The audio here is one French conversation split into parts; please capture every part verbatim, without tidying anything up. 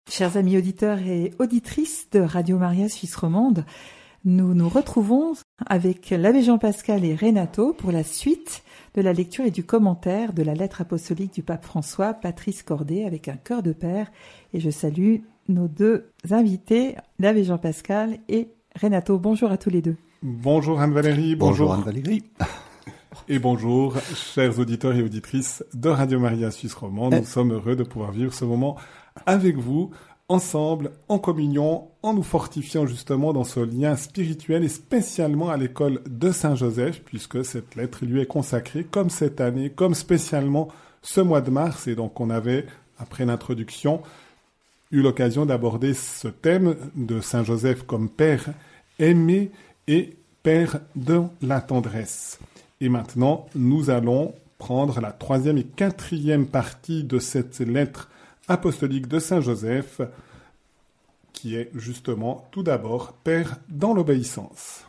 Chers amis auditeurs et auditrices de Radio Maria Suisse Romande, nous nous retrouvons avec l'abbé Jean-Pascal et Renato pour la suite de la lecture et du commentaire de la lettre apostolique du pape François, Patrice Cordet, avec un cœur de père. Et je salue nos deux invités, l'abbé Jean-Pascal et Renato. Bonjour à tous les deux. Bonjour Anne-Valérie. Bonjour, bonjour Anne-Valérie. Et bonjour, chers auditeurs et auditrices de Radio Maria Suisse Romande. Nous sommes heureux de pouvoir vivre ce moment avec vous, ensemble, en communion, en nous fortifiant justement dans ce lien spirituel et spécialement à l'école de Saint-Joseph, puisque cette lettre lui est consacrée, comme cette année, comme spécialement ce mois de mars. Et donc on avait, après l'introduction, eu l'occasion d'aborder ce thème de Saint-Joseph comme père aimé et père de la tendresse. Et maintenant, nous allons prendre la troisième et quatrième partie de cette lettre apostolique de Saint-Joseph, qui est justement tout d'abord Père dans l'obéissance.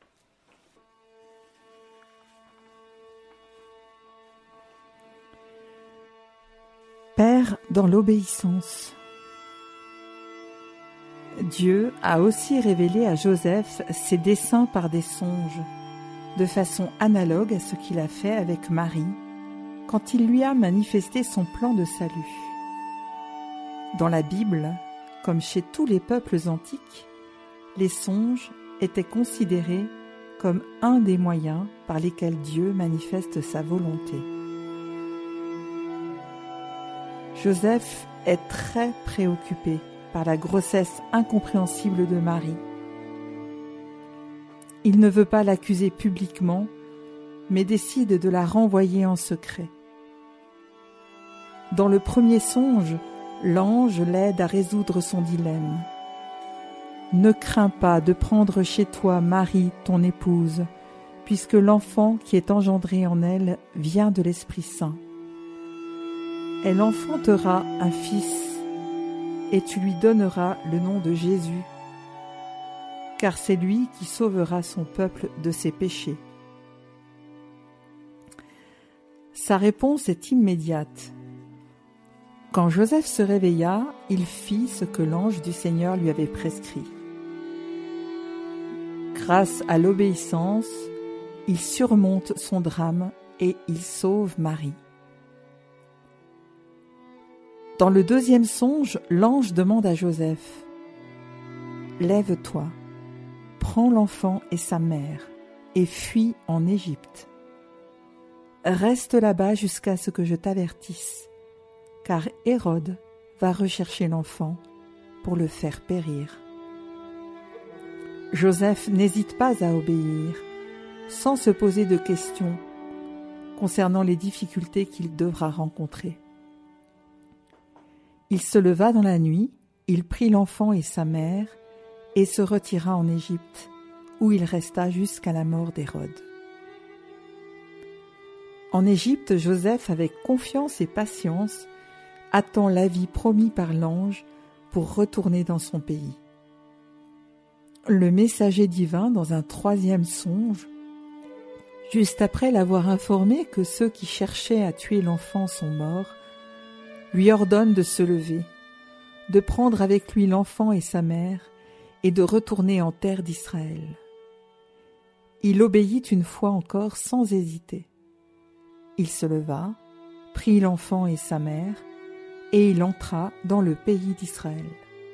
Père dans l'obéissance. Dieu a aussi révélé à Joseph ses desseins par des songes, de façon analogue à ce qu'il a fait avec Marie, quand il lui a manifesté son plan de salut. Dans la Bible, comme chez tous les peuples antiques, les songes étaient considérés comme un des moyens par lesquels Dieu manifeste sa volonté. Joseph est très préoccupé par la grossesse incompréhensible de Marie. Il ne veut pas l'accuser publiquement, mais décide de la renvoyer en secret. Dans le premier songe, l'ange l'aide à résoudre son dilemme. « Ne crains pas de prendre chez toi Marie, ton épouse, puisque l'enfant qui est engendré en elle vient de l'Esprit Saint. Elle enfantera un fils, et tu lui donneras le nom de Jésus, car c'est lui qui sauvera son peuple de ses péchés. » Sa réponse est immédiate. Quand Joseph se réveilla, il fit ce que l'ange du Seigneur lui avait prescrit. Grâce à l'obéissance, il surmonte son drame et il sauve Marie. Dans le deuxième songe, l'ange demande à Joseph « Lève-toi, prends l'enfant et sa mère et fuis en Égypte. Reste là-bas jusqu'à ce que je t'avertisse, car Hérode va rechercher l'enfant pour le faire périr. » Joseph n'hésite pas à obéir, sans se poser de questions concernant les difficultés qu'il devra rencontrer. Il se leva dans la nuit, il prit l'enfant et sa mère et se retira en Égypte, où il resta jusqu'à la mort d'Hérode. En Égypte, Joseph, avec confiance et patience, attend l'avis promis par l'ange pour retourner dans son pays. Le messager divin, dans un troisième songe, juste après l'avoir informé que ceux qui cherchaient à tuer l'enfant sont morts, lui ordonne de se lever, de prendre avec lui l'enfant et sa mère et de retourner en terre d'Israël. Il obéit une fois encore sans hésiter. Il se leva, prit l'enfant et sa mère, et il entra dans le pays d'Israël.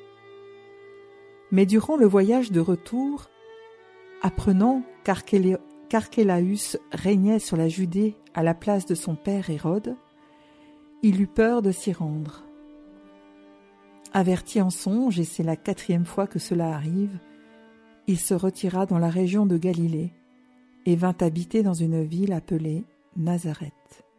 Mais durant le voyage de retour, apprenant qu'Archélaüs régnait sur la Judée à la place de son père Hérode, il eut peur de s'y rendre. Averti en songe, et c'est la quatrième fois que cela arrive, il se retira dans la région de Galilée et vint habiter dans une ville appelée Nazareth.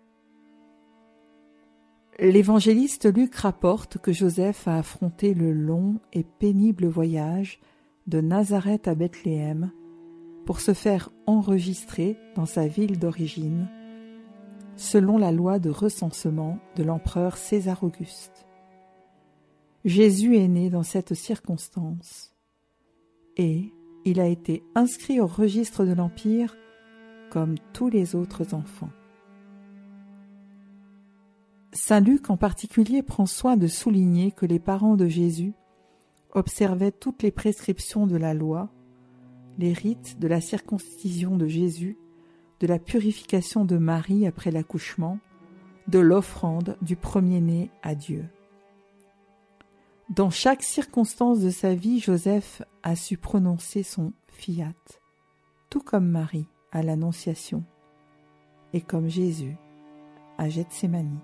L'évangéliste Luc rapporte que Joseph a affronté le long et pénible voyage de Nazareth à Bethléem pour se faire enregistrer dans sa ville d'origine, selon la loi de recensement de l'empereur César Auguste. Jésus est né dans cette circonstance et il a été inscrit au registre de l'Empire comme tous les autres enfants. Saint Luc en particulier prend soin de souligner que les parents de Jésus observaient toutes les prescriptions de la loi, les rites de la circoncision de Jésus, de la purification de Marie après l'accouchement, de l'offrande du premier-né à Dieu. Dans chaque circonstance de sa vie, Joseph a su prononcer son fiat, tout comme Marie à l'Annonciation et comme Jésus à Gethsémani.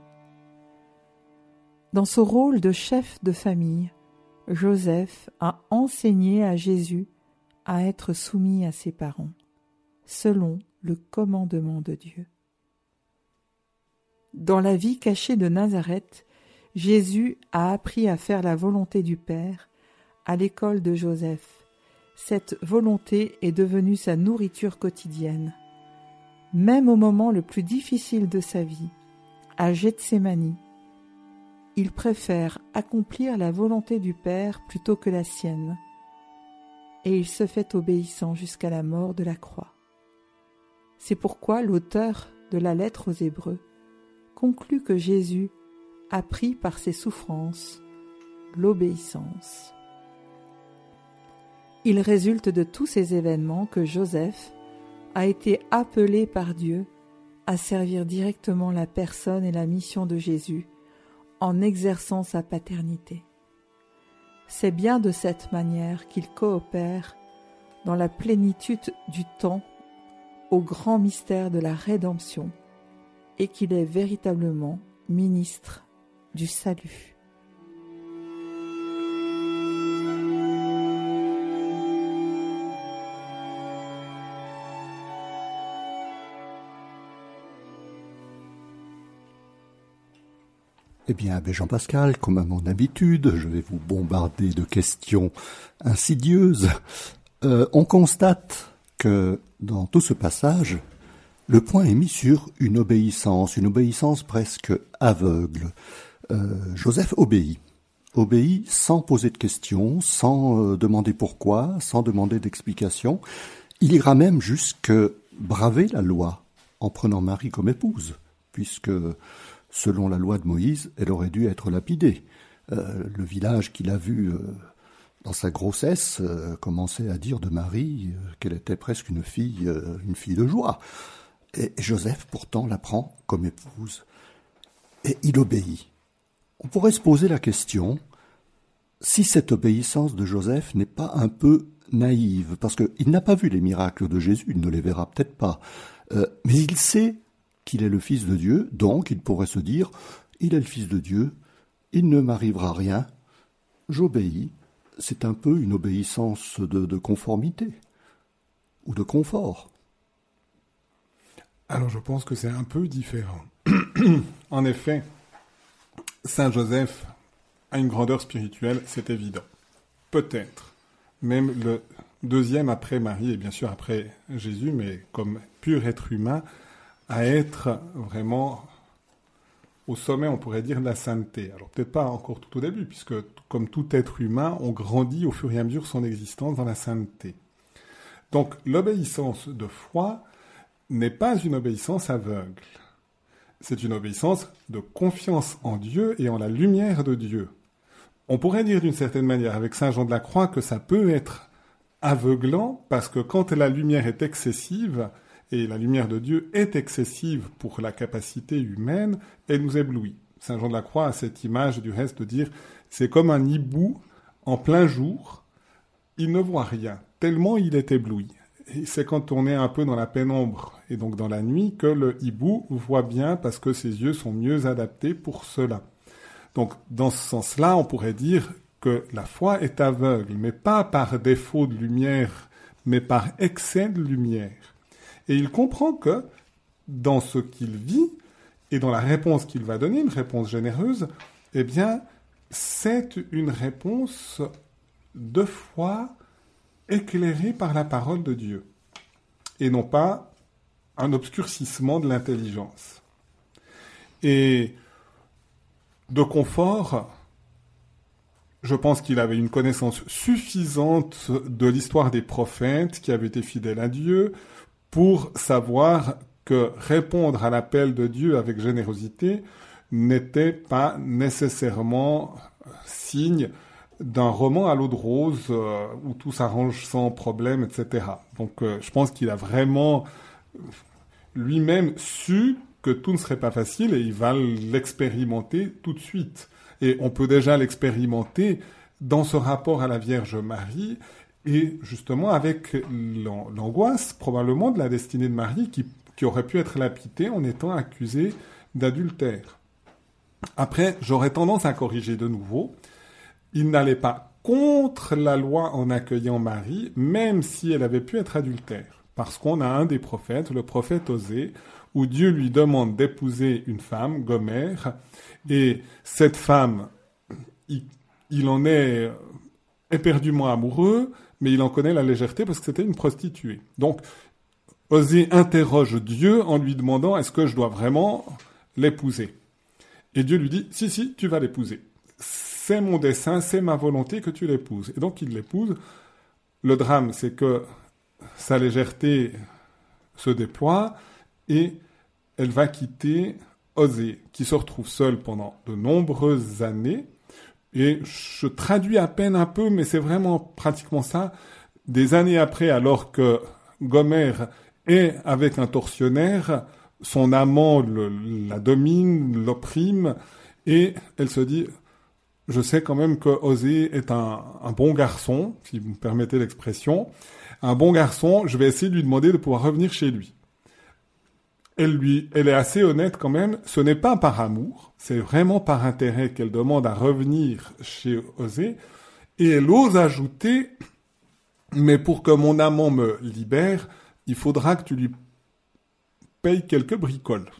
Dans ce rôle de chef de famille, Joseph a enseigné à Jésus à être soumis à ses parents, selon le commandement de Dieu. Dans la vie cachée de Nazareth, Jésus a appris à faire la volonté du Père à l'école de Joseph. Cette volonté est devenue sa nourriture quotidienne. Même au moment le plus difficile de sa vie, à Gethsémani, il préfère accomplir la volonté du Père plutôt que la sienne, et il se fait obéissant jusqu'à la mort de la croix. C'est pourquoi l'auteur de la lettre aux Hébreux conclut que Jésus a pris par ses souffrances l'obéissance. Il résulte de tous ces événements que Joseph a été appelé par Dieu à servir directement la personne et la mission de Jésus en exerçant sa paternité. C'est bien de cette manière qu'il coopère dans la plénitude du temps au grand mystère de la rédemption et qu'il est véritablement ministre du salut. Eh bien, Jean-Pascal, comme à mon habitude, je vais vous bombarder de questions insidieuses. Euh, on constate que dans tout ce passage, le point est mis sur une obéissance, une obéissance presque aveugle. Euh, Joseph obéit, obéit sans poser de questions, sans euh, demander pourquoi, sans demander d'explication. Il ira même jusque braver la loi en prenant Marie comme épouse, puisque selon la loi de Moïse, elle aurait dû être lapidée. Euh, le village qu'il a vu euh, dans sa grossesse euh, commençait à dire de Marie euh, qu'elle était presque une fille, euh, une fille de joie. Et Joseph, pourtant, la prend comme épouse. Et il obéit. On pourrait se poser la question si cette obéissance de Joseph n'est pas un peu naïve, parce qu'il n'a pas vu les miracles de Jésus, il ne les verra peut-être pas, euh, mais il sait qu'il est le Fils de Dieu, donc il pourrait se dire, il est le Fils de Dieu, il ne m'arrivera rien, j'obéis. C'est un peu une obéissance de, de conformité ou de confort. Alors je pense que c'est un peu différent. En effet, Saint Joseph a une grandeur spirituelle, c'est évident. Peut-être même le deuxième après Marie et bien sûr après Jésus, mais comme pur être humain, à être vraiment au sommet, on pourrait dire, de la sainteté. Alors peut-être pas encore tout au début, puisque comme tout être humain, on grandit au fur et à mesure son existence dans la sainteté. Donc l'obéissance de foi n'est pas une obéissance aveugle. C'est une obéissance de confiance en Dieu et en la lumière de Dieu. On pourrait dire d'une certaine manière avec Saint Jean de la Croix que ça peut être aveuglant, parce que quand la lumière est excessive, et la lumière de Dieu est excessive pour la capacité humaine, elle nous éblouit. Saint Jean de la Croix a cette image du reste de dire « c'est comme un hibou en plein jour, il ne voit rien, tellement il est ébloui ». Et c'est quand on est un peu dans la pénombre et donc dans la nuit que le hibou voit bien parce que ses yeux sont mieux adaptés pour cela. Donc dans ce sens-là, on pourrait dire que la foi est aveugle, mais pas par défaut de lumière, mais par excès de lumière. Et il comprend que, dans ce qu'il vit, et dans la réponse qu'il va donner, une réponse généreuse, eh bien, c'est une réponse de foi éclairée par la parole de Dieu, et non pas un obscurcissement de l'intelligence. Et de confort, je pense qu'il avait une connaissance suffisante de l'histoire des prophètes qui avaient été fidèles à Dieu, pour savoir que répondre à l'appel de Dieu avec générosité n'était pas nécessairement signe d'un roman à l'eau de rose euh, où tout s'arrange sans problème, et cetera. Donc euh, je pense qu'il a vraiment lui-même su que tout ne serait pas facile et il va l'expérimenter tout de suite. Et on peut déjà l'expérimenter dans ce rapport à la Vierge Marie et justement avec l'angoisse probablement de la destinée de Marie qui, qui aurait pu être lapidée en étant accusée d'adultère. Après, j'aurais tendance à corriger de nouveau. Il n'allait pas contre la loi en accueillant Marie, même si elle avait pu être adultère. Parce qu'on a un des prophètes, le prophète Osée, où Dieu lui demande d'épouser une femme, Gomère, et cette femme, il, il en est éperdument amoureux, mais il en connaît la légèreté parce que c'était une prostituée. Donc, Osée interroge Dieu en lui demandant « Est-ce que je dois vraiment l'épouser ?» Et Dieu lui dit « Si, si, tu vas l'épouser. C'est mon dessein, c'est ma volonté que tu l'épouses. » Et donc, il l'épouse. Le drame, c'est que sa légèreté se déploie et elle va quitter Osée, qui se retrouve seul pendant de nombreuses années. Et je traduis à peine un peu, mais c'est vraiment pratiquement ça. Des années après, alors que Gomère est avec un tortionnaire, son amant le, la domine, l'opprime, et elle se dit... Je sais quand même que Osée est un, un bon garçon, si vous me permettez l'expression. Un bon garçon, je vais essayer de lui demander de pouvoir revenir chez lui. Elle, lui, elle est assez honnête quand même. Ce n'est pas par amour, c'est vraiment par intérêt qu'elle demande à revenir chez Osée. Et elle ose ajouter, mais pour que mon amant me libère, il faudra que tu lui payes quelques bricoles.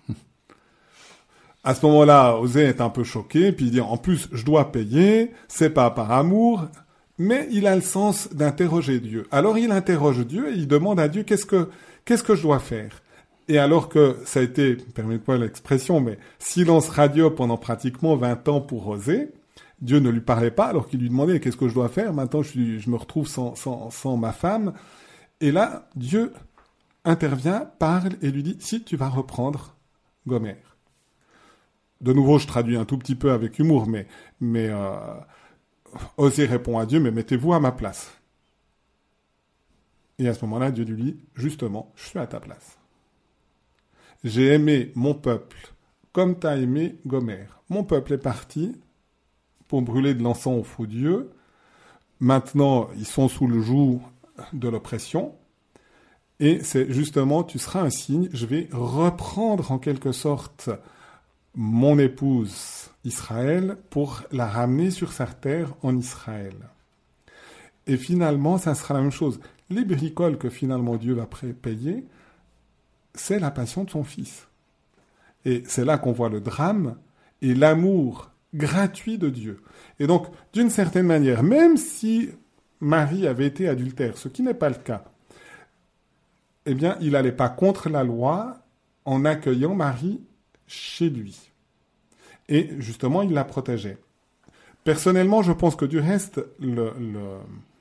À ce moment-là, Osée est un peu choqué, puis il dit, en plus, je dois payer, c'est pas par amour, mais il a le sens d'interroger Dieu. Alors il interroge Dieu et il demande à Dieu, qu'est-ce que, qu'est-ce que je dois faire? Et alors que ça a été, permettez-moi l'expression, mais silence radio pendant pratiquement vingt ans pour Osée, Dieu ne lui parlait pas, alors qu'il lui demandait, qu'est-ce que je dois faire? Maintenant, je, suis, je me retrouve sans, sans, sans ma femme. Et là, Dieu intervient, parle et lui dit, si tu vas reprendre Gomère. De nouveau, je traduis un tout petit peu avec humour, mais, mais euh, Osée répond à Dieu, mais mettez-vous à ma place. Et à ce moment-là, Dieu lui dit, justement, je suis à ta place. J'ai aimé mon peuple comme tu as aimé Gomère. Mon peuple est parti pour brûler de l'encens au faux Dieu. Maintenant, ils sont sous le joug de l'oppression. Et c'est justement, tu seras un signe, je vais reprendre en quelque sorte mon épouse Israël pour la ramener sur sa terre en Israël. Et finalement, ça sera la même chose. Les bricoles que finalement Dieu va payer, c'est la passion de son fils. Et c'est là qu'on voit le drame et l'amour gratuit de Dieu. Et donc, d'une certaine manière, même si Marie avait été adultère, ce qui n'est pas le cas, eh bien, il n'allait pas contre la loi en accueillant Marie chez lui. Et justement, il la protégeait. Personnellement, je pense que du reste, le, le,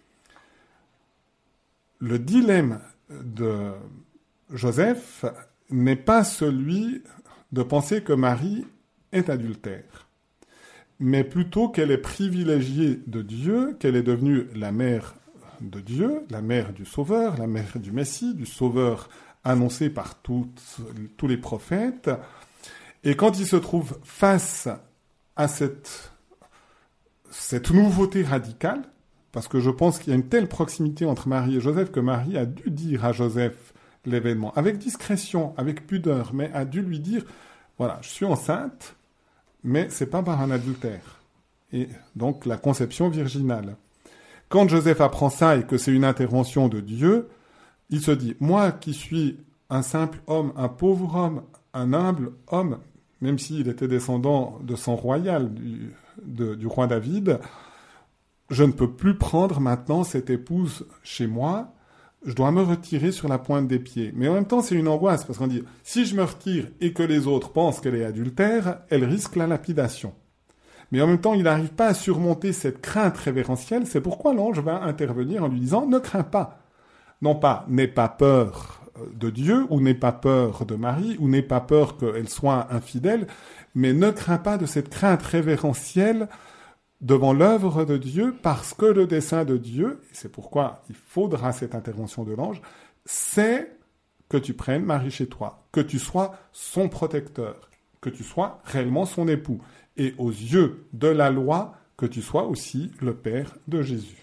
le dilemme de Joseph n'est pas celui de penser que Marie est adultère, mais plutôt qu'elle est privilégiée de Dieu, qu'elle est devenue la mère de Dieu, la mère du Sauveur, la mère du Messie, du Sauveur annoncé par toutes, tous les prophètes. Et quand il se trouve face à cette, cette nouveauté radicale, parce que je pense qu'il y a une telle proximité entre Marie et Joseph que Marie a dû dire à Joseph l'événement, avec discrétion, avec pudeur, mais a dû lui dire, voilà, je suis enceinte, mais c'est pas par un adultère. Et donc la conception virginale. Quand Joseph apprend ça et que c'est une intervention de Dieu, il se dit, moi qui suis un simple homme, un pauvre homme, un humble homme, même s'il était descendant de sang royal du, de, du roi David, je ne peux plus prendre maintenant cette épouse chez moi, je dois me retirer sur la pointe des pieds. Mais en même temps, c'est une angoisse, parce qu'on dit, si je me retire et que les autres pensent qu'elle est adultère, elle risque la lapidation. Mais en même temps, il n'arrive pas à surmonter cette crainte révérentielle, c'est pourquoi l'ange va intervenir en lui disant, ne crains pas. Non pas, n'aie pas peur de Dieu, ou n'aie pas peur de Marie, ou n'aie pas peur qu'elle soit infidèle, mais ne crains pas de cette crainte révérentielle devant l'œuvre de Dieu, parce que le dessein de Dieu, et c'est pourquoi il faudra cette intervention de l'ange, c'est que tu prennes Marie chez toi, que tu sois son protecteur, que tu sois réellement son époux, et aux yeux de la loi, que tu sois aussi le père de Jésus.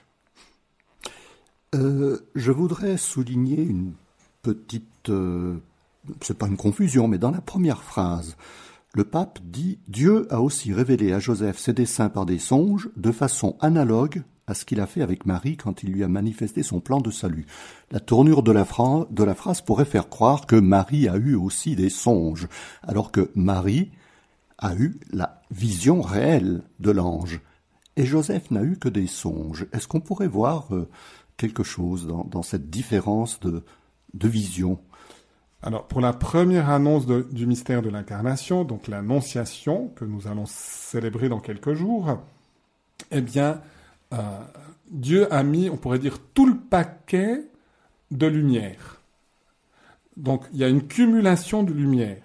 Euh, je voudrais souligner une petite... Euh, c'est pas une confusion, mais dans la première phrase, le pape dit « Dieu a aussi révélé à Joseph ses desseins par des songes, de façon analogue à ce qu'il a fait avec Marie quand il lui a manifesté son plan de salut. » La tournure de la, fra- de la phrase pourrait faire croire que Marie a eu aussi des songes, alors que Marie a eu la vision réelle de l'ange. Et Joseph n'a eu que des songes. Est-ce qu'on pourrait voir euh, quelque chose dans, dans cette différence de, de vision ? Alors, pour la première annonce de, du mystère de l'incarnation, donc l'annonciation, que nous allons célébrer dans quelques jours, eh bien, euh, Dieu a mis, on pourrait dire, tout le paquet de lumière. Donc, il y a une cumulation de lumière.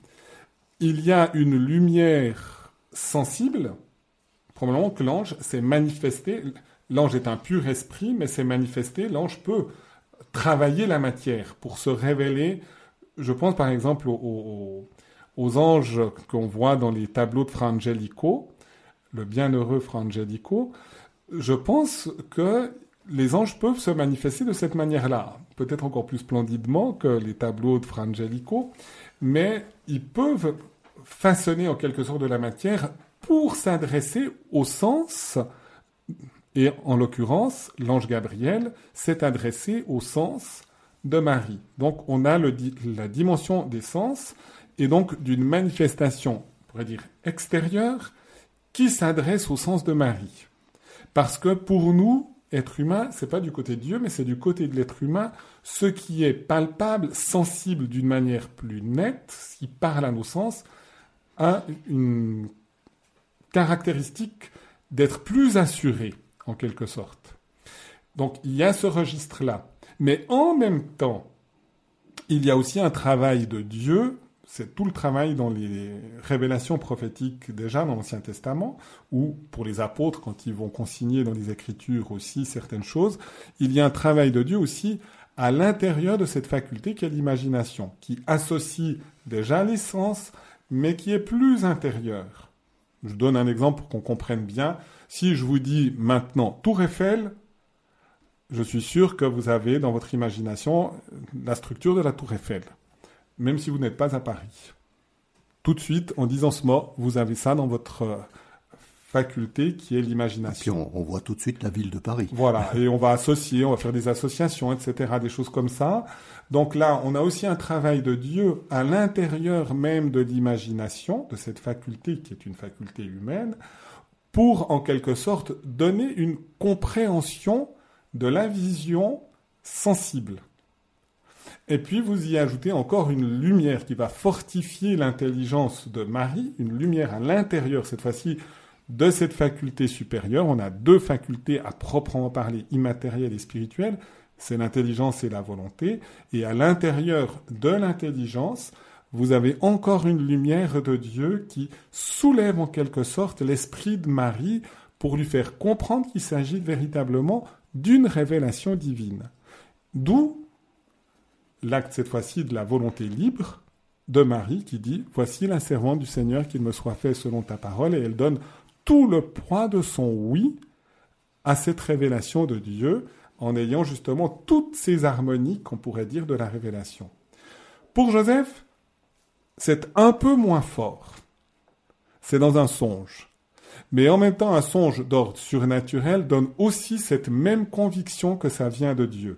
Il y a une lumière sensible, probablement que l'ange s'est manifesté. L'ange est un pur esprit, mais s'est manifesté. L'ange peut travailler la matière pour se révéler. Je pense par exemple aux, aux, aux anges qu'on voit dans les tableaux de Fra Angelico, le bienheureux Fra Angelico. Je pense que les anges peuvent se manifester de cette manière-là, peut-être encore plus splendidement que les tableaux de Fra Angelico, mais ils peuvent façonner en quelque sorte de la matière pour s'adresser au sens, et en l'occurrence, l'ange Gabriel s'est adressé au sens de Marie. Donc on a le, la dimension des sens, et donc d'une manifestation, on pourrait dire extérieure, qui s'adresse au sens de Marie. Parce que pour nous, être humain, c'est pas du côté de Dieu, mais c'est du côté de l'être humain, ce qui est palpable, sensible d'une manière plus nette, ce qui parle à nos sens, a une caractéristique d'être plus assuré, en quelque sorte. Donc il y a ce registre-là. Mais en même temps, il y a aussi un travail de Dieu, c'est tout le travail dans les révélations prophétiques déjà dans l'Ancien Testament, ou pour les apôtres quand ils vont consigner dans les Écritures aussi certaines choses, il y a un travail de Dieu aussi à l'intérieur de cette faculté qu'est l'imagination, qui associe déjà les sens, mais qui est plus intérieure. Je donne un exemple pour qu'on comprenne bien. Si je vous dis maintenant Tour Eiffel, je suis sûr que vous avez dans votre imagination la structure de la Tour Eiffel, même si vous n'êtes pas à Paris. Tout de suite, en disant ce mot, vous avez ça dans votre faculté qui est l'imagination. Et puis on, on voit tout de suite la ville de Paris. Voilà, et on va associer, on va faire des associations, et cetera, des choses comme ça. Donc là, on a aussi un travail de Dieu à l'intérieur même de l'imagination, de cette faculté qui est une faculté humaine, pour en quelque sorte donner une compréhension de la vision sensible. Et puis vous y ajoutez encore une lumière qui va fortifier l'intelligence de Marie, une lumière à l'intérieur, cette fois-ci, de cette faculté supérieure. On a deux facultés à proprement parler, immatérielles et spirituelles, c'est l'intelligence et la volonté. Et à l'intérieur de l'intelligence, vous avez encore une lumière de Dieu qui soulève en quelque sorte l'esprit de Marie pour lui faire comprendre qu'il s'agit véritablement d'une révélation divine. D'où l'acte, cette fois-ci, de la volonté libre de Marie qui dit « Voici la servante du Seigneur, qu'il me soit fait selon ta parole » et elle donne tout le poids de son oui à cette révélation de Dieu en ayant justement toutes ces harmonies qu'on pourrait dire de la révélation. Pour Joseph, c'est un peu moins fort. C'est dans un songe. Mais en même temps, un songe d'ordre surnaturel donne aussi cette même conviction que ça vient de Dieu.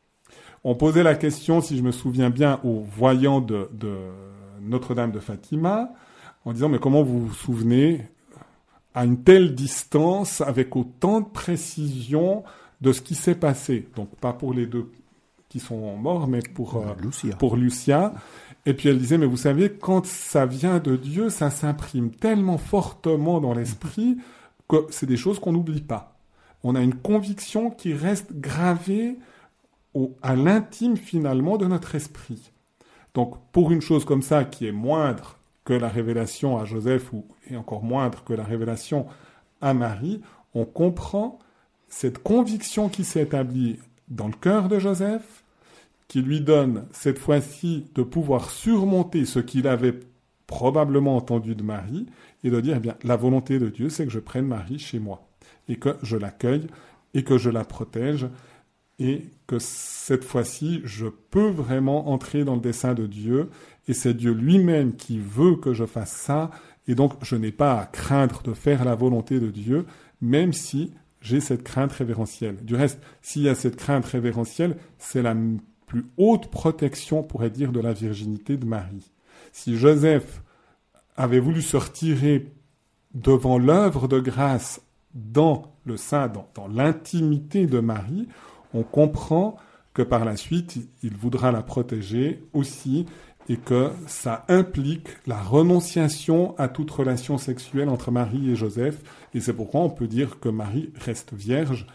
On posait la question, si je me souviens bien, aux voyants de, de Notre-Dame de Fatima, en disant, mais comment vous vous souvenez à une telle distance, avec autant de précision, de ce qui s'est passé? Donc, pas pour les deux qui sont morts, mais pour, euh, Lucia. pour Lucia. Et puis elle disait, mais vous savez, quand ça vient de Dieu, ça s'imprime tellement fortement dans l'esprit que c'est des choses qu'on n'oublie pas. On a une conviction qui reste gravée au, à l'intime finalement de notre esprit. Donc pour une chose comme ça qui est moindre que la révélation à Joseph, ou, et encore moindre que la révélation à Marie, on comprend cette conviction qui s'est établie dans le cœur de Joseph, qui lui donne cette fois-ci de pouvoir surmonter ce qu'il avait probablement entendu de Marie, et de dire, eh bien, la volonté de Dieu, c'est que je prenne Marie chez moi, et que je l'accueille, et que je la protège, et que cette fois-ci, je peux vraiment entrer dans le dessein de Dieu, et c'est Dieu lui-même qui veut que je fasse ça, et donc je n'ai pas à craindre de faire la volonté de Dieu, même si j'ai cette crainte révérentielle. Du reste, s'il y a cette crainte révérentielle, c'est la plus haute protection, on pourrait dire, de la virginité de Marie. Si Joseph avait voulu se retirer devant l'œuvre de grâce dans le sein, dans, dans l'intimité de Marie, on comprend que par la suite, il voudra la protéger aussi, et que ça implique la renonciation à toute relation sexuelle entre Marie et Joseph. Et c'est pourquoi on peut dire que Marie reste vierge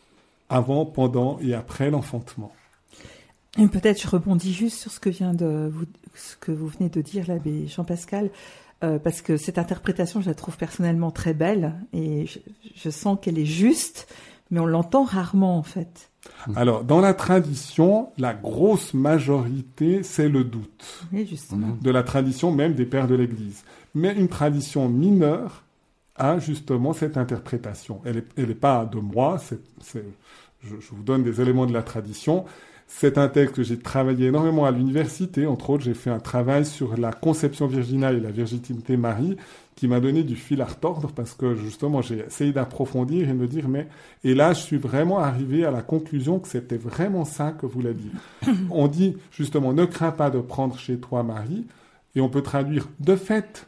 avant, pendant et après l'enfantement. Et peut-être je rebondis juste sur ce que vient de vous, ce que vous venez de dire, l'abbé Jean-Pascal, euh, parce que cette interprétation, je la trouve personnellement très belle, et je, je sens qu'elle est juste, mais on l'entend rarement en fait. Alors, dans la tradition, la grosse majorité, c'est le doute. Oui, justement. De la tradition même des pères de l'Église. Mais une tradition mineure a justement cette interprétation. Elle n'est elle est pas de moi, c'est, c'est, je, je vous donne des éléments de la tradition. C'est un texte que j'ai travaillé énormément à l'université. Entre autres, j'ai fait un travail sur la conception virginale et la virginité Marie, qui m'a donné du fil à retordre, parce que justement, j'ai essayé d'approfondir et de me dire, mais... Et là, je suis vraiment arrivé à la conclusion que c'était vraiment ça que voulait dire. On dit, justement, ne crains pas de prendre chez toi Marie, et on peut traduire, de fait,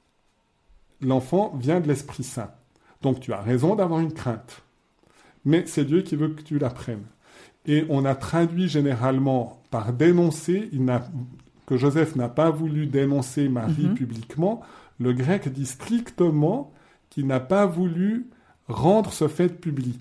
l'enfant vient de l'Esprit Saint. Donc tu as raison d'avoir une crainte. Mais c'est Dieu qui veut que tu l'apprennes. Et on a traduit généralement par dénoncer, il n'a, que Joseph n'a pas voulu dénoncer Marie mm-hmm. publiquement. Le grec dit strictement qu'il n'a pas voulu rendre ce fait public.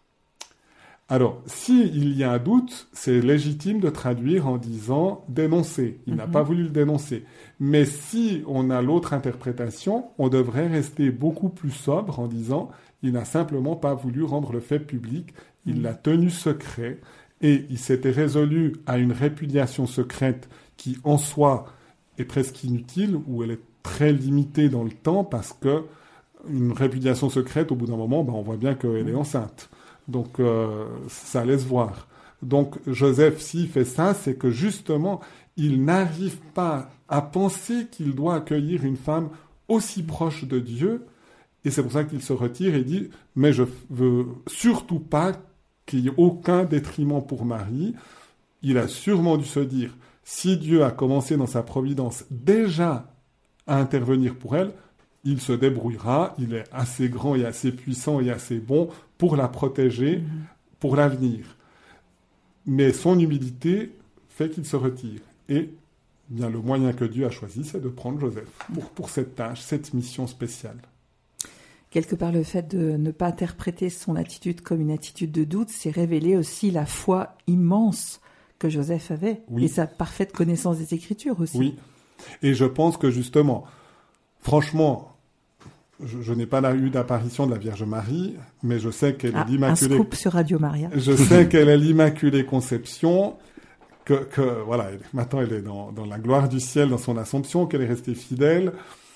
Alors, s'il y a un doute, c'est légitime de traduire en disant dénoncer. Il mm-hmm. n'a pas voulu le dénoncer. Mais si on a l'autre interprétation, on devrait rester beaucoup plus sobre en disant il n'a simplement pas voulu rendre le fait public. Il l'a tenu secret, et il s'était résolu à une répudiation secrète qui, en soi, est presque inutile, ou elle est très limitée dans le temps, parce que une répudiation secrète, au bout d'un moment, ben, on voit bien qu'elle est enceinte. Donc, euh, ça laisse voir. Donc, Joseph, s'il fait ça, c'est que, justement, il n'arrive pas à penser qu'il doit accueillir une femme aussi proche de Dieu, et c'est pour ça qu'il se retire et dit « Mais je veux surtout pas qu'il n'y ait aucun détriment pour Marie. » Il a sûrement dû se dire, si Dieu a commencé dans sa providence déjà à intervenir pour elle, il se débrouillera, il est assez grand et assez puissant et assez bon pour la protéger mmh. pour l'avenir. Mais son humilité fait qu'il se retire. Et bien, le moyen que Dieu a choisi, c'est de prendre Joseph pour, pour cette tâche, cette mission spéciale. Quelque part, le fait de ne pas interpréter son attitude comme une attitude de doute, c'est révéler aussi la foi immense que Joseph avait, oui. et sa parfaite connaissance des Écritures aussi. Oui, et je pense que justement, franchement, je, je n'ai pas eu d'apparition de la Vierge Marie, mais je sais qu'elle ah, est l'Immaculée... Un scoop sur Radio Maria. Je sais qu'elle est l'Immaculée Conception, que, que voilà, elle, maintenant elle est dans, dans la gloire du ciel, dans son Assomption, qu'elle est restée fidèle.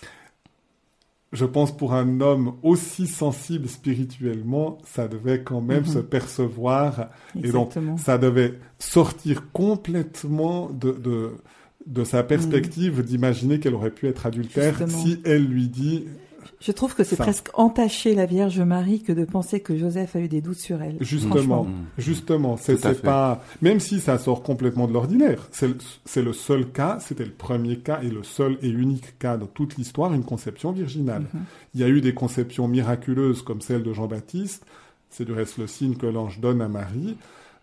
Je pense pour un homme aussi sensible spirituellement, ça devait quand même mm-hmm. se percevoir. Exactement. Et donc, ça devait sortir complètement de, de, de sa perspective mm. d'imaginer qu'elle aurait pu être adultère. Justement. Si elle lui dit... Je trouve que c'est ça. Presque entacher la Vierge Marie que de penser que Joseph a eu des doutes sur elle. Justement, mmh. justement, c'est, c'est pas, même si ça sort complètement de l'ordinaire, c'est le, c'est le seul cas, c'était le premier cas et le seul et unique cas dans toute l'histoire, une conception virginale. Mmh. Il y a eu des conceptions miraculeuses comme celle de Jean-Baptiste, c'est du reste le signe que l'ange donne à Marie,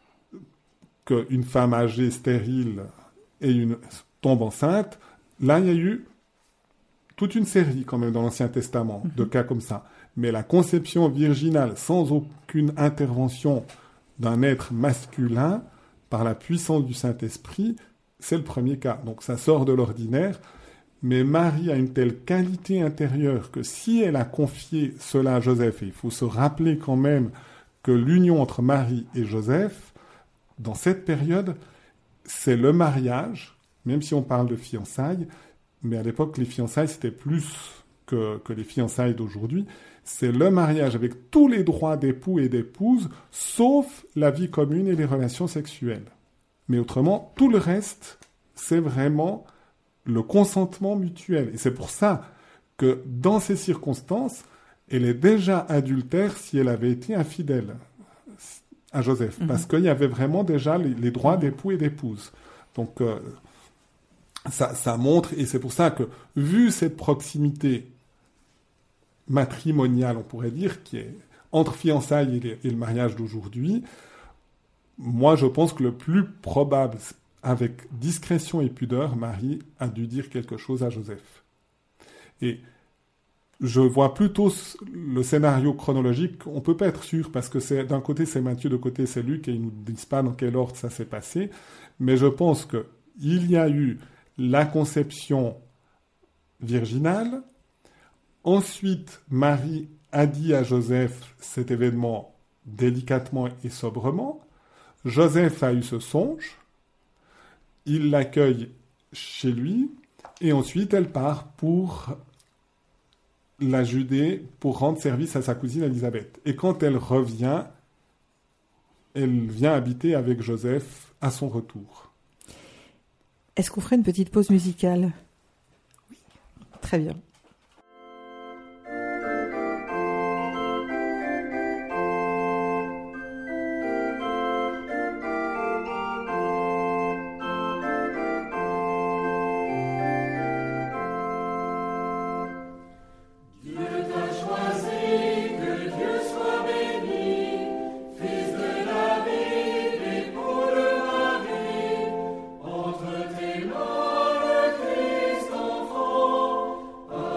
qu'une femme âgée, stérile, et une, tombe enceinte. Là, il y a eu toute une série, quand même, dans l'Ancien Testament, mm-hmm. de cas comme ça. Mais la conception virginale, sans aucune intervention d'un être masculin, par la puissance du Saint-Esprit, c'est le premier cas. Donc ça sort de l'ordinaire, mais Marie a une telle qualité intérieure que si elle a confié cela à Joseph, et il faut se rappeler quand même que l'union entre Marie et Joseph, dans cette période, c'est le mariage, même si on parle de fiançailles, mais à l'époque, les fiançailles, c'était plus que, que les fiançailles d'aujourd'hui. C'est le mariage avec tous les droits d'époux et d'épouse, sauf la vie commune et les relations sexuelles. Mais autrement, tout le reste, c'est vraiment le consentement mutuel. Et c'est pour ça que dans ces circonstances, elle est déjà adultère si elle avait été infidèle à Joseph. Mmh. Parce qu'il y avait vraiment déjà les, les droits mmh. d'époux et d'épouse. Donc, euh, ça, ça montre, et c'est pour ça que, vu cette proximité matrimoniale, on pourrait dire, qui est entre fiançailles et, les, et le mariage d'aujourd'hui, moi, je pense que le plus probable, avec discrétion et pudeur, Marie a dû dire quelque chose à Joseph. Et je vois plutôt le scénario chronologique, on ne peut pas être sûr, parce que c'est, d'un côté c'est Matthieu, de côté c'est Luc, et ils ne nous disent pas dans quel ordre ça s'est passé, mais je pense qu'il y a eu la conception virginale, ensuite Marie a dit à Joseph cet événement délicatement et sobrement, Joseph a eu ce songe, il l'accueille chez lui, et ensuite elle part pour la Judée, pour rendre service à sa cousine Élisabeth. Et quand elle revient, elle vient habiter avec Joseph à son retour. Est-ce qu'on ferait une petite pause musicale ? Oui. Très bien. Entre tes mains, le Christ enfant,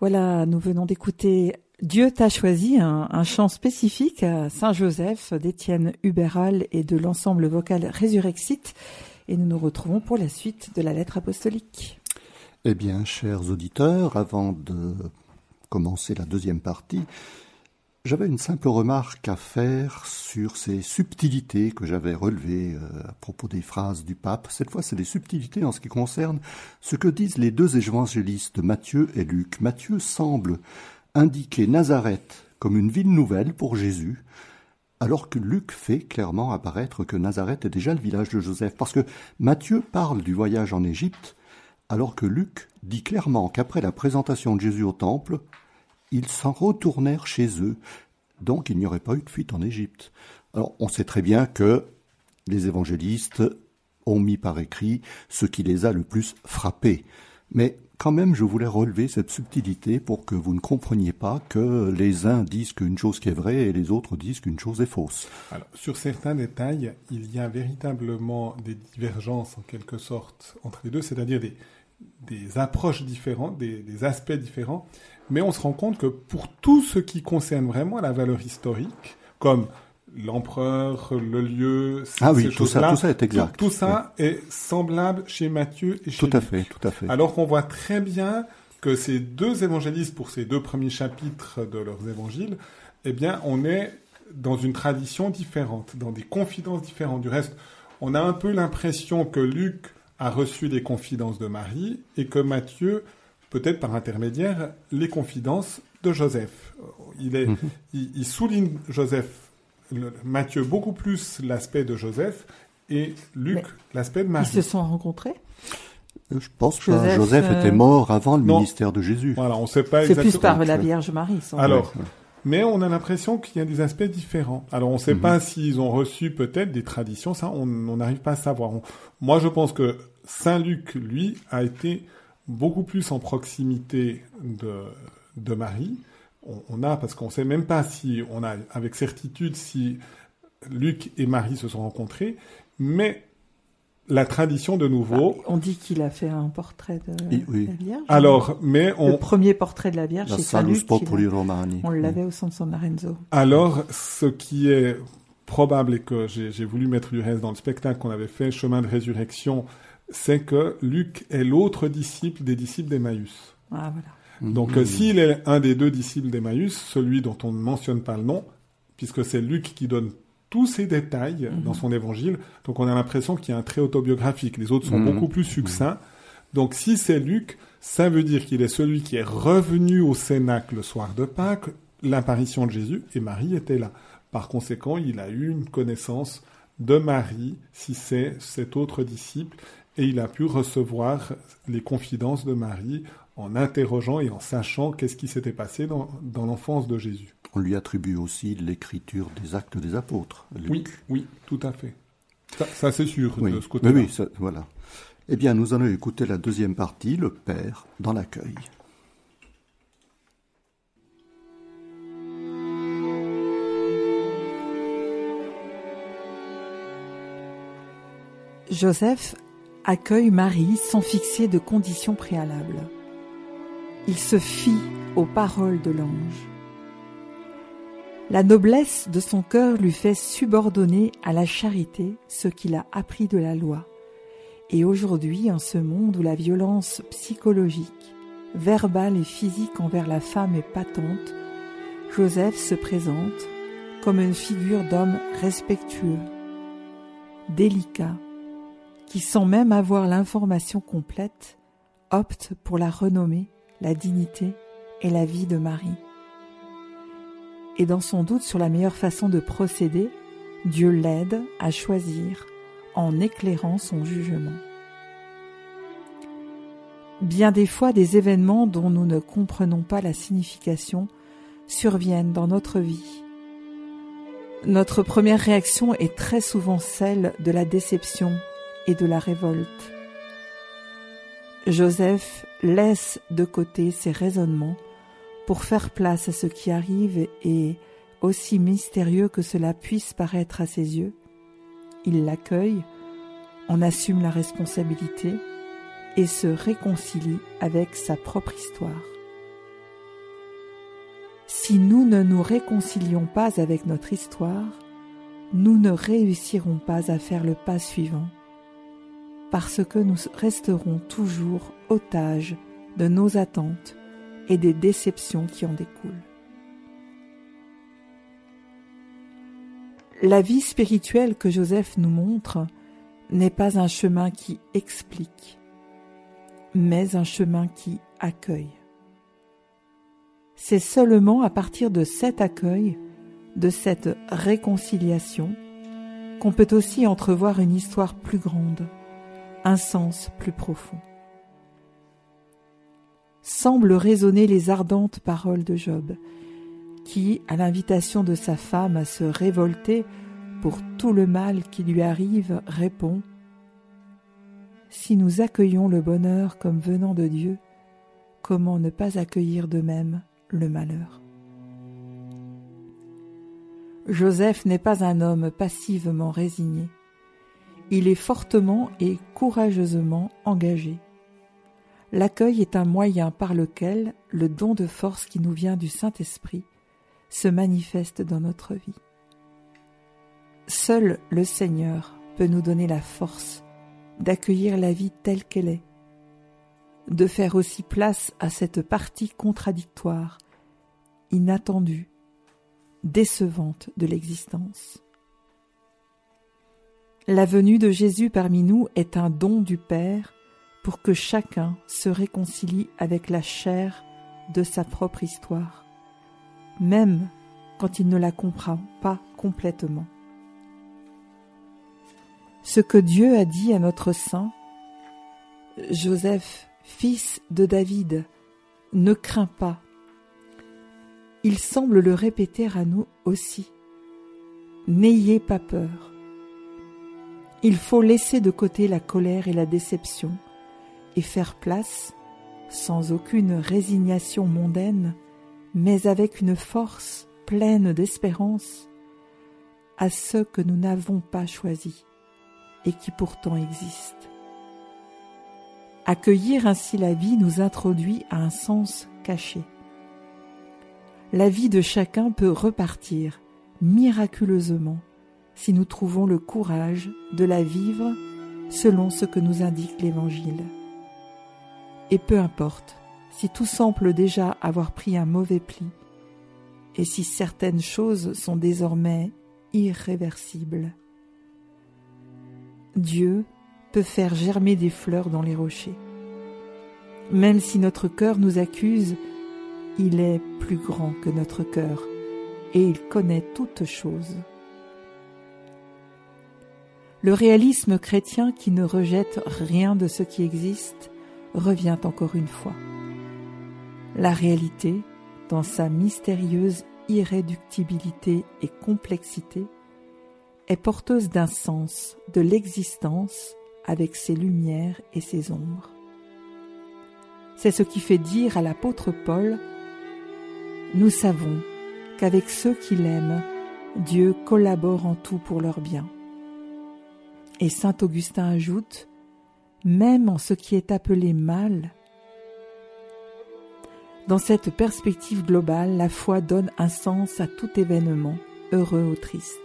Voilà, nous venons d'écouter Dieu t'a choisi, un, un chant spécifique à Saint-Joseph d'Étienne Uberal et de l'ensemble vocal Résurrexit. Et nous nous retrouvons pour la suite de la lettre apostolique. Eh bien, chers auditeurs, avant de commencer la deuxième partie, j'avais une simple remarque à faire sur ces subtilités que j'avais relevées euh, à propos des phrases du pape. Cette fois, c'est des subtilités en ce qui concerne ce que disent les deux évangélistes, Matthieu et Luc. Matthieu semble indiquer Nazareth comme une ville nouvelle pour Jésus, alors que Luc fait clairement apparaître que Nazareth est déjà le village de Joseph. Parce que Matthieu parle du voyage en Égypte, alors que Luc dit clairement qu'après la présentation de Jésus au temple, ils s'en retournèrent chez eux, donc il n'y aurait pas eu de fuite en Égypte. Alors on sait très bien que les évangélistes ont mis par écrit ce qui les a le plus frappés, mais quand même je voulais relever cette subtilité pour que vous ne compreniez pas que les uns disent qu'une chose qui est vraie et les autres disent qu'une chose est fausse. Alors, sur certains détails, il y a véritablement des divergences en quelque sorte entre les deux, c'est-à-dire des, des approches différentes, des, des aspects différents. Mais on se rend compte que pour tout ce qui concerne vraiment la valeur historique, comme l'empereur, le lieu, ces, ah oui, ces tout ça, tout ça est exact. Tout, tout ça oui. est semblable chez Matthieu et chez Tout Luc. à fait, tout à fait. Alors qu'on voit très bien que ces deux évangélistes, pour ces deux premiers chapitres de leurs évangiles, eh bien, on est dans une tradition différente, dans des confidences différentes. Du reste, on a un peu l'impression que Luc a reçu les confidences de Marie et que Matthieu, peut-être par intermédiaire, les confidences de Joseph. Il, est, mm-hmm. il, il souligne Joseph, le, Matthieu beaucoup plus l'aspect de Joseph et Luc Mais l'aspect de Marie. Ils se sont rencontrés ? Je pense que Joseph, Joseph euh... était mort avant le non. ministère de Jésus. Voilà, on sait pas C'est exactement. plus par la Vierge Marie. Sans Alors, ouais. mais on a l'impression qu'il y a des aspects différents. Alors, on ne sait mm-hmm. pas s'ils ont reçu peut-être des traditions, ça, on n'arrive pas à savoir. On... Moi, je pense que Saint Luc, lui, a été beaucoup plus en proximité de, de Marie. On, on a, parce qu'on ne sait même pas si, on a avec certitude si Luc et Marie se sont rencontrés, mais la tradition de nouveau... Bah, on dit qu'il a fait un portrait de et, oui. la Vierge. Alors, mais on... Le premier portrait de la Vierge, la c'est Saint Luc. Romani. On l'avait oui. au centre San Lorenzo. Alors, ce qui est probable et que j'ai, j'ai voulu mettre du reste dans le spectacle qu'on avait fait, Chemin de résurrection, c'est que Luc est l'autre disciple des disciples d'Emmaüs. Ah, voilà. Donc, mmh. s'il est un des deux disciples d'Emmaüs, celui dont on ne mentionne pas le nom, puisque c'est Luc qui donne tous ces détails mmh. dans son évangile, donc on a l'impression qu'il y a un trait autobiographique. Les autres sont mmh. beaucoup plus succincts. Donc, si c'est Luc, ça veut dire qu'il est celui qui est revenu au Cénacle le soir de Pâques, l'apparition de Jésus, et Marie était là. Par conséquent, il a eu une connaissance de Marie, si c'est cet autre disciple, et il a pu recevoir les confidences de Marie en interrogeant et en sachant qu'est-ce qui s'était passé dans, dans l'enfance de Jésus. On lui attribue aussi l'écriture des Actes des Apôtres. Luc. Oui, oui, tout à fait. Ça, ça c'est sûr, oui. de ce côté-là. Oui, oui, ça, voilà. Eh bien, nous allons écouter la deuxième partie, le Père dans l'accueil. Joseph accueille Marie sans fixer de conditions préalables. Il se fie aux paroles de l'ange. La noblesse de son cœur lui fait subordonner à la charité ce qu'il a appris de la loi. Et aujourd'hui, en ce monde où la violence psychologique, verbale et physique envers la femme est patente, Joseph se présente comme une figure d'homme respectueux, délicat, qui, sans même avoir l'information complète, opte pour la renommée, la dignité et la vie de Marie. Et dans son doute sur la meilleure façon de procéder, Dieu l'aide à choisir en éclairant son jugement. Bien des fois, des événements dont nous ne comprenons pas la signification surviennent dans notre vie. Notre première réaction est très souvent celle de la déception et de la révolte. Joseph laisse de côté ses raisonnements pour faire place à ce qui arrive et, aussi mystérieux que cela puisse paraître à ses yeux, il l'accueille, en assume la responsabilité et se réconcilie avec sa propre histoire. Si nous ne nous réconcilions pas avec notre histoire, nous ne réussirons pas à faire le pas suivant, parce que nous resterons toujours otages de nos attentes et des déceptions qui en découlent. La vie spirituelle que Joseph nous montre n'est pas un chemin qui explique, mais un chemin qui accueille. C'est seulement à partir de cet accueil, de cette réconciliation, qu'on peut aussi entrevoir une histoire plus grande, un sens plus profond. Semblent résonner les ardentes paroles de Job, qui, à l'invitation de sa femme à se révolter pour tout le mal qui lui arrive, répond « Si nous accueillons le bonheur comme venant de Dieu, comment ne pas accueillir de même le malheur ?» Joseph n'est pas un homme passivement résigné. Il est fortement et courageusement engagé. L'accueil est un moyen par lequel le don de force qui nous vient du Saint-Esprit se manifeste dans notre vie. Seul le Seigneur peut nous donner la force d'accueillir la vie telle qu'elle est, de faire aussi place à cette partie contradictoire, inattendue, décevante de l'existence. La venue de Jésus parmi nous est un don du Père pour que chacun se réconcilie avec la chair de sa propre histoire, même quand il ne la comprend pas complètement. Ce que Dieu a dit à notre saint, Joseph, fils de David, ne crains pas, il semble le répéter à nous aussi. N'ayez pas peur. Il faut laisser de côté la colère et la déception et faire place, sans aucune résignation mondaine, mais avec une force pleine d'espérance, à ceux que nous n'avons pas choisis et qui pourtant existent. Accueillir ainsi la vie nous introduit à un sens caché. La vie de chacun peut repartir miraculeusement si nous trouvons le courage de la vivre selon ce que nous indique l'Évangile. Et peu importe si tout semble déjà avoir pris un mauvais pli et si certaines choses sont désormais irréversibles. Dieu peut faire germer des fleurs dans les rochers. Même si notre cœur nous accuse, il est plus grand que notre cœur et il connaît toutes choses. Le réalisme chrétien qui ne rejette rien de ce qui existe revient encore une fois. La réalité, dans sa mystérieuse irréductibilité et complexité, est porteuse d'un sens de l'existence avec ses lumières et ses ombres. C'est ce qui fait dire à l'apôtre Paul « Nous savons qu'avec ceux qui l'aiment, Dieu collabore en tout pour leur bien. » Et saint Augustin ajoute « Même en ce qui est appelé mal ». Dans cette perspective globale, la foi donne un sens à tout événement, heureux ou triste.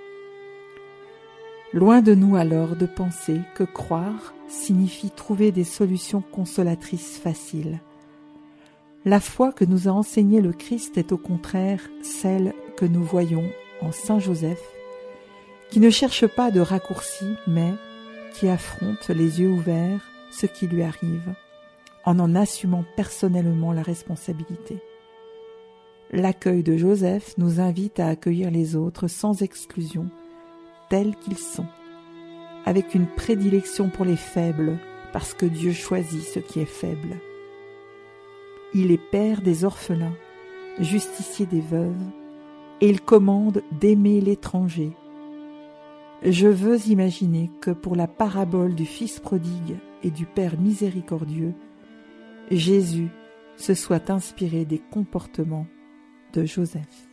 Loin de nous alors de penser que croire signifie trouver des solutions consolatrices faciles. La foi que nous a enseignée le Christ est au contraire celle que nous voyons en Saint Joseph, qui ne cherche pas de raccourcis, mais qui affronte les yeux ouverts ce qui lui arrive, en en assumant personnellement la responsabilité. L'accueil de Joseph nous invite à accueillir les autres sans exclusion, tels qu'ils sont, avec une prédilection pour les faibles, parce que Dieu choisit ce qui est faible. Il est père des orphelins, justicier des veuves, et il commande d'aimer l'étranger. Je veux imaginer que pour la parabole du Fils prodigue et du Père miséricordieux, Jésus se soit inspiré des comportements de Joseph.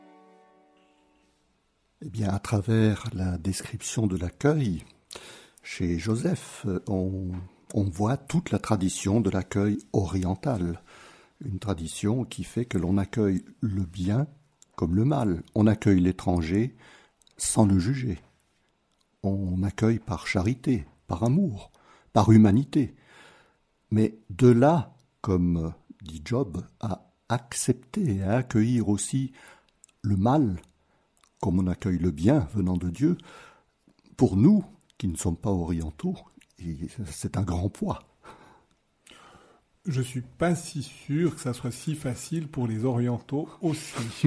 Eh bien, à travers la description de l'accueil, chez Joseph, on, on voit toute la tradition de l'accueil oriental. Une tradition qui fait que l'on accueille le bien comme le mal. On accueille l'étranger sans le juger. On accueille par charité, par amour, par humanité. Mais de là, comme dit Job, à accepter et à accueillir aussi le mal, comme on accueille le bien venant de Dieu, pour nous, qui ne sommes pas orientaux, c'est un grand poids. Je ne suis pas si sûr que ça soit si facile pour les orientaux aussi.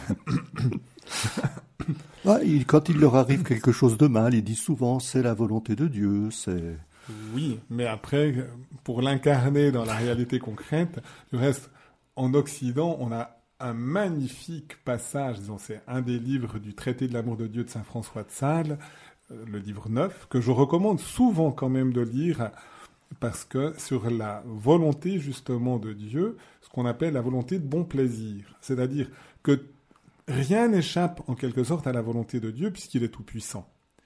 Ah, il, quand il leur arrive quelque chose de mal, ils disent souvent c'est la volonté de Dieu, c'est... Oui, mais après, pour l'incarner dans la réalité concrète, du reste, en Occident, on a un magnifique passage, disons, c'est un des livres du traité de l'amour de Dieu de saint François de Sales, le livre neuf, que je recommande souvent quand même de lire, parce que sur la volonté justement de Dieu, ce qu'on appelle la volonté de bon plaisir, c'est-à-dire que rien n'échappe en quelque sorte à la volonté de Dieu puisqu'il est tout-puissant.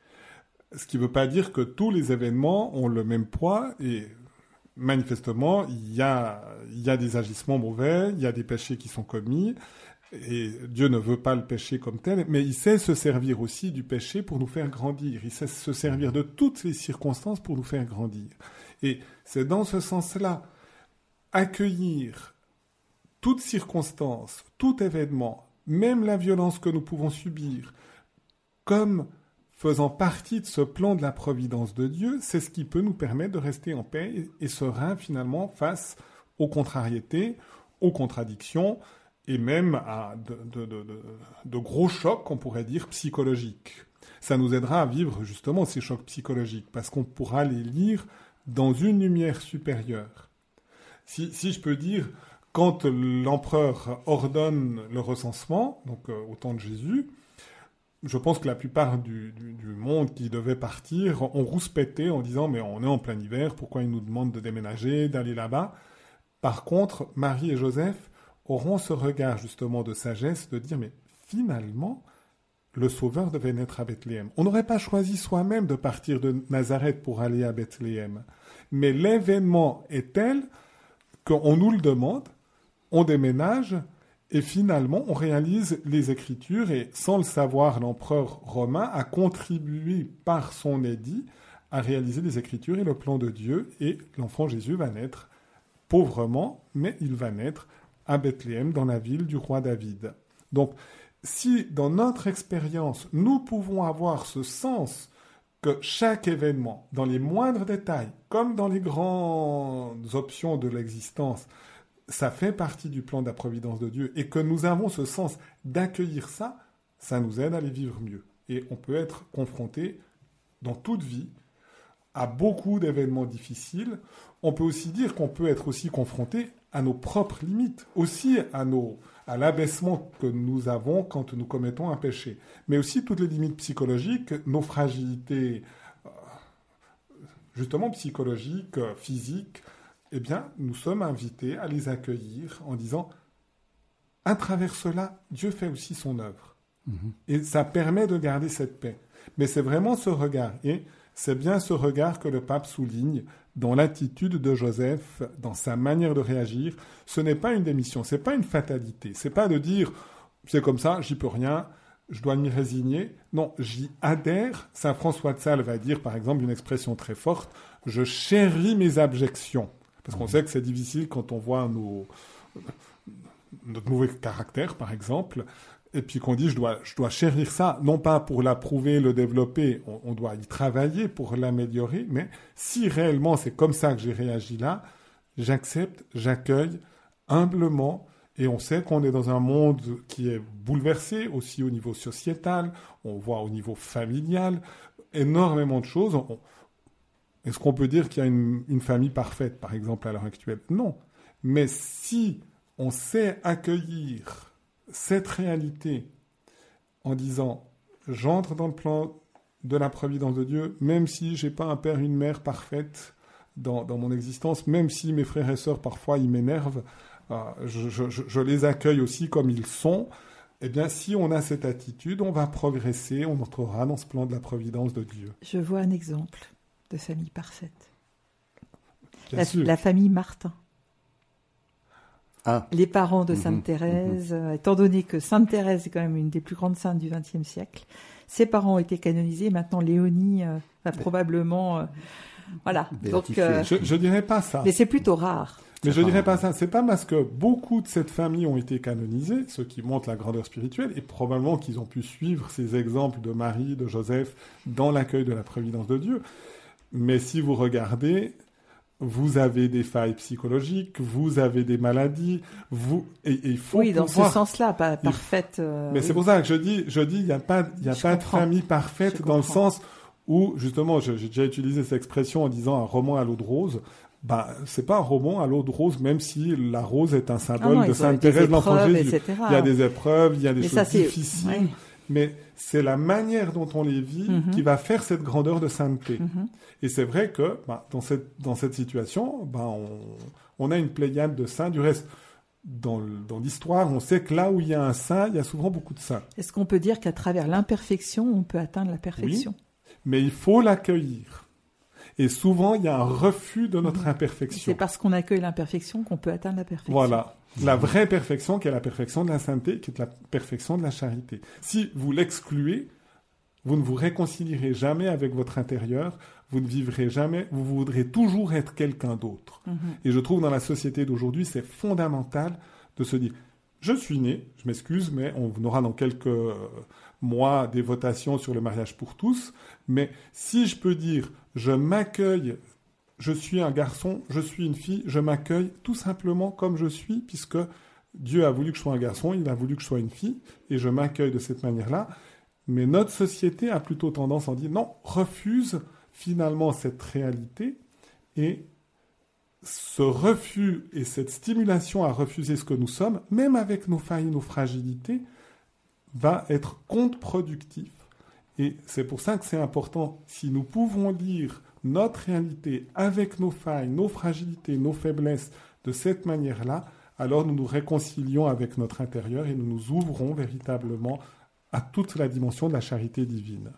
Ce qui ne veut pas dire que tous les événements ont le même poids et manifestement, il y a, il y a des agissements mauvais, il y a des péchés qui sont commis et Dieu ne veut pas le péché comme tel, mais il sait se servir aussi du péché pour nous faire grandir. Il sait se servir de toutes les circonstances pour nous faire grandir. Et c'est dans ce sens-là, accueillir toute circonstance, tout événement, même la violence que nous pouvons subir, comme faisant partie de ce plan de la providence de Dieu, c'est ce qui peut nous permettre de rester en paix et serein finalement face aux contrariétés, aux contradictions et même à de, de, de, de, de gros chocs, on pourrait dire, psychologiques. Ça nous aidera à vivre justement ces chocs psychologiques parce qu'on pourra les lire dans une lumière supérieure. Si, si je peux dire, quand l'empereur ordonne le recensement, donc euh, au temps de Jésus, je pense que la plupart du, du, du monde qui devait partir ont rouspété en disant « mais on est en plein hiver, pourquoi il nous demande de déménager, d'aller là-bas ?» Par contre, Marie et Joseph auront ce regard justement de sagesse de dire « mais finalement, le Sauveur devait naître à Bethléem. On n'aurait pas choisi soi-même de partir de Nazareth pour aller à Bethléem. Mais l'événement est tel qu'on nous le demande, on déménage, et finalement on réalise les Écritures, et sans le savoir, l'empereur romain a contribué par son édit à réaliser les Écritures et le plan de Dieu, et l'enfant Jésus va naître pauvrement, mais il va naître à Bethléem, dans la ville du roi David. Donc, si dans notre expérience, nous pouvons avoir ce sens que chaque événement, dans les moindres détails, comme dans les grandes options de l'existence, ça fait partie du plan de la providence de Dieu, et que nous avons ce sens d'accueillir ça, ça nous aide à les vivre mieux. Et on peut être confronté, dans toute vie, à beaucoup d'événements difficiles. On peut aussi dire qu'on peut être aussi confronté à nos propres limites, aussi à nos... à l'abaissement que nous avons quand nous commettons un péché, mais aussi toutes les limites psychologiques, nos fragilités, justement psychologiques, physiques, eh bien, nous sommes invités à les accueillir en disant, à travers cela, Dieu fait aussi son œuvre. Mmh. Et ça permet de garder cette paix. Mais c'est vraiment ce regard, et c'est bien ce regard que le pape souligne dans l'attitude de Joseph, dans sa manière de réagir. Ce n'est pas une démission, ce n'est pas une fatalité. Ce n'est pas de dire « c'est comme ça, j'y peux rien, je dois m'y résigner ». Non, j'y adhère. Saint François de Sales va dire, par exemple, une expression très forte « je chéris mes abjections ». Parce qu'on sait que c'est difficile quand on voit nos, notre mauvais caractère, par exemple, et puis qu'on dit je dois, je dois chérir ça, non pas pour l'approuver, le développer, on, on doit y travailler pour l'améliorer, mais si réellement c'est comme ça que j'ai réagi là, j'accepte, j'accueille humblement, et on sait qu'on est dans un monde qui est bouleversé aussi au niveau sociétal, on voit au niveau familial, énormément de choses. On, Est-ce qu'on peut dire qu'il y a une, une famille parfaite, par exemple, à l'heure actuelle ? Non. Mais si on sait accueillir cette réalité en disant « j'entre dans le plan de la providence de Dieu, même si je n'ai pas un père, une mère parfaite dans, dans mon existence, même si mes frères et sœurs, parfois, ils m'énervent, euh, je, je, je les accueille aussi comme ils sont », eh bien, si on a cette attitude, on va progresser, on entrera dans ce plan de la providence de Dieu. Je vois un exemple. de famille parfaite. Bien La, sûr. la famille Martin. Ah, Les parents de Mhm, Sainte Thérèse, euh, étant donné que Sainte Thérèse est quand même une des plus grandes saintes du vingtième siècle, ses parents ont été canonisés. Maintenant, Léonie euh, va probablement, euh, voilà. Donc, Béatifiée. euh, Je, je dirais pas ça. mais c'est plutôt rare. Mais je Enfin, dirais pas ça. C'est pas parce que beaucoup de cette famille ont été canonisés, ce qui montre la grandeur spirituelle, et probablement qu'ils ont pu suivre ces exemples de Marie, de Joseph, dans l'accueil de la providence de Dieu. Mais si vous regardez, vous avez des failles psychologiques, vous avez des maladies, vous, et, et il faut Oui, dans pouvoir... ce sens-là, pas parfaite. euh, Mais oui. c'est pour ça que je dis, je dis, il n'y a pas, il y a Je pas de comprends. famille parfaite Je dans le comprends. sens où, justement, je- j'ai déjà utilisé cette expression en disant un roman à l'eau de rose. Bah, c'est pas un roman à l'eau de rose, même si la rose est un Ah symbole non, de ils ont Sainte des Thérèse de l'Enfant épreuves, Jésus. et cetera. Il y a des épreuves, il y a des Mais choses ça, c'est- difficiles, ouais. mais c'est la manière dont on les vit Mhm. qui va faire cette grandeur de sainteté. Mhm. Et c'est vrai que bah, dans cette dans cette situation, bah, on, on a une pléiade de saints. Du reste, dans, le- dans l'histoire, on sait que là où il y a un saint, il y a souvent beaucoup de saints. Est-ce qu'on peut dire qu'à travers l'imperfection, on peut atteindre la perfection? Mais il faut l'accueillir. Et souvent, il y a un refus de notre imperfection. C'est parce qu'on accueille l'imperfection qu'on peut atteindre la perfection. Voilà. La vraie perfection, qui est la perfection de la sainteté, qui est la perfection de la charité. Si vous l'excluez, vous ne vous réconcilierez jamais avec votre intérieur, vous ne vivrez jamais, vous voudrez toujours être quelqu'un d'autre. Mhm. Et je trouve dans la société d'aujourd'hui, c'est fondamental de se dire, je suis né, je m'excuse, mais on aura dans quelques euh, mois des votations sur le mariage pour tous, mais si je peux dire, je m'accueille, je suis un garçon, je suis une fille, je m'accueille tout simplement comme je suis, puisque Dieu a voulu que je sois un garçon, il a voulu que je sois une fille, et je m'accueille de cette manière-là. Mais notre société a plutôt tendance à dire, non, refuse finalement cette réalité, et ce refus et cette stimulation à refuser ce que nous sommes, même avec nos failles, nos fragilités, va être contre-productif. Et c'est pour ça que c'est important, si nous pouvons lire notre réalité avec nos failles, nos fragilités, nos faiblesses de cette manière-là, alors nous nous réconcilions avec notre intérieur et nous nous ouvrons véritablement à toute la dimension de la charité divine.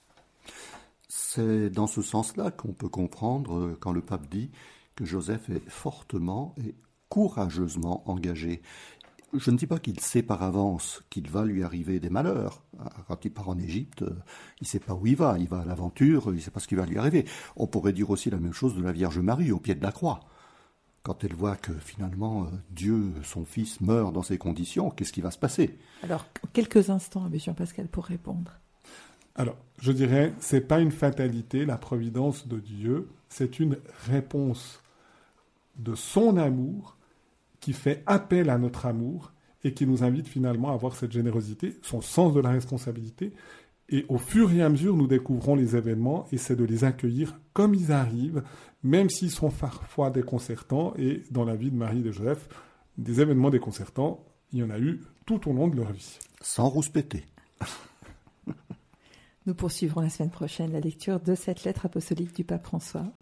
c'est dans ce sens-là qu'on peut comprendre euh, quand le pape dit que Joseph est fortement et courageusement engagé. Je ne dis pas qu'il sait par avance qu'il va lui arriver des malheurs. Quand il part en Égypte, euh, il ne sait pas où il va. Il va à l'aventure, il ne sait pas ce qui va lui arriver. On pourrait dire aussi la même chose de la Vierge Marie au pied de la croix. Quand elle voit que finalement euh, Dieu, son fils, meurt dans ces conditions, qu'est-ce qui va se passer? Alors, quelques instants, Abbé Jean-Pascal, pour répondre. Alors, je dirais, c'est pas une fatalité, la providence de Dieu, c'est une réponse de son amour qui fait appel à notre amour et qui nous invite finalement à avoir cette générosité, son sens de la responsabilité. Et au fur et à mesure, nous découvrons les événements et c'est de les accueillir comme ils arrivent, même s'ils sont parfois déconcertants. Et dans la vie de Marie et de Joseph, des événements déconcertants, il y en a eu tout au long de leur vie. Sans rouspéter. Nous poursuivrons la semaine prochaine la lecture de cette lettre apostolique du pape François.